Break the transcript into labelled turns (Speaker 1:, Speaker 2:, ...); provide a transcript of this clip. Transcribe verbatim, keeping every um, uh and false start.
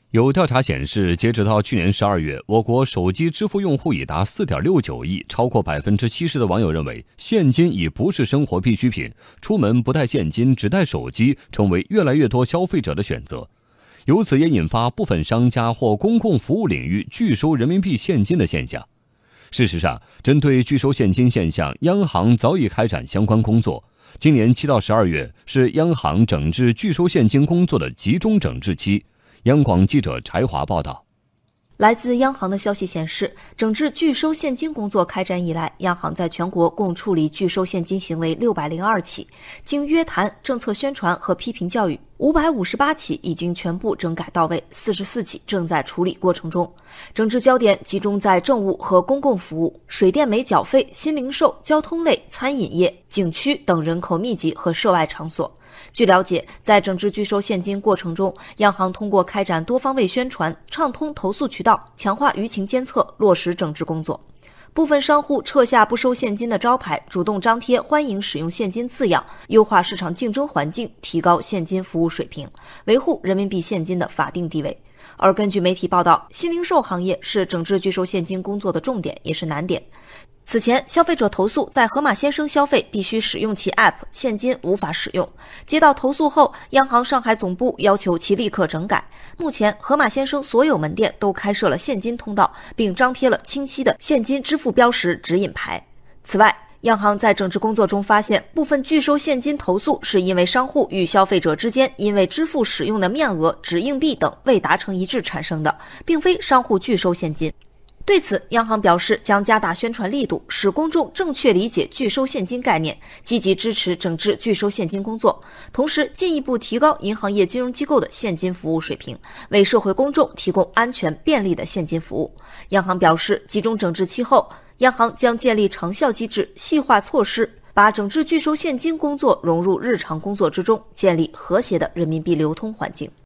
Speaker 1: 有调查显示，截止到去年十二月，我国手机支付用户已达 四点六九亿，超过 百分之七十 的网友认为现金已不是生活必需品，出门不带现金只带手机成为越来越多消费者的选择。由此也引发部分商家或公共服务领域拒收人民币现金的现象。事实上，针对拒收现金现象，央行早已开展相关工作。今年七到十二月是央行整治拒收现金工作的集中整治期。央广记者柴华报道。
Speaker 2: 来自央行的消息显示，整治拒收现金工作开展以来，央行在全国共处理拒收现金行为六百零二起，经约谈、政策宣传和批评教育，五百五十八起已经全部整改到位，四十四起正在处理过程中。整治焦点集中在政务和公共服务、水电煤缴费、新零售、交通类、餐饮业、景区等人口密集和涉外场所。据了解，在整治拒收现金过程中，央行通过开展多方位宣传、畅通投诉渠道、强化舆情监测，落实整治工作。部分商户撤下不收现金的招牌，主动张贴欢迎使用现金字样，优化市场竞争环境，提高现金服务水平，维护人民币现金的法定地位。而根据媒体报道，新零售行业是整治拒收现金工作的重点，也是难点。此前，消费者投诉在盒马鲜生消费必须使用其 App， 现金无法使用。接到投诉后，央行上海总部要求其立刻整改。目前，盒马鲜生所有门店都开设了现金通道，并张贴了清晰的现金支付标识指引牌。此外，央行在整治工作中发现，部分拒收现金投诉是因为商户与消费者之间因为支付使用的面额、纸硬币等未达成一致产生的，并非商户拒收现金。对此，央行表示将加大宣传力度，使公众正确理解拒收现金概念，积极支持整治拒收现金工作，同时进一步提高银行业金融机构的现金服务水平，为社会公众提供安全便利的现金服务。央行表示，集中整治期后，央行将建立长效机制，细化措施，把整治拒收现金工作融入日常工作之中，建立和谐的人民币流通环境。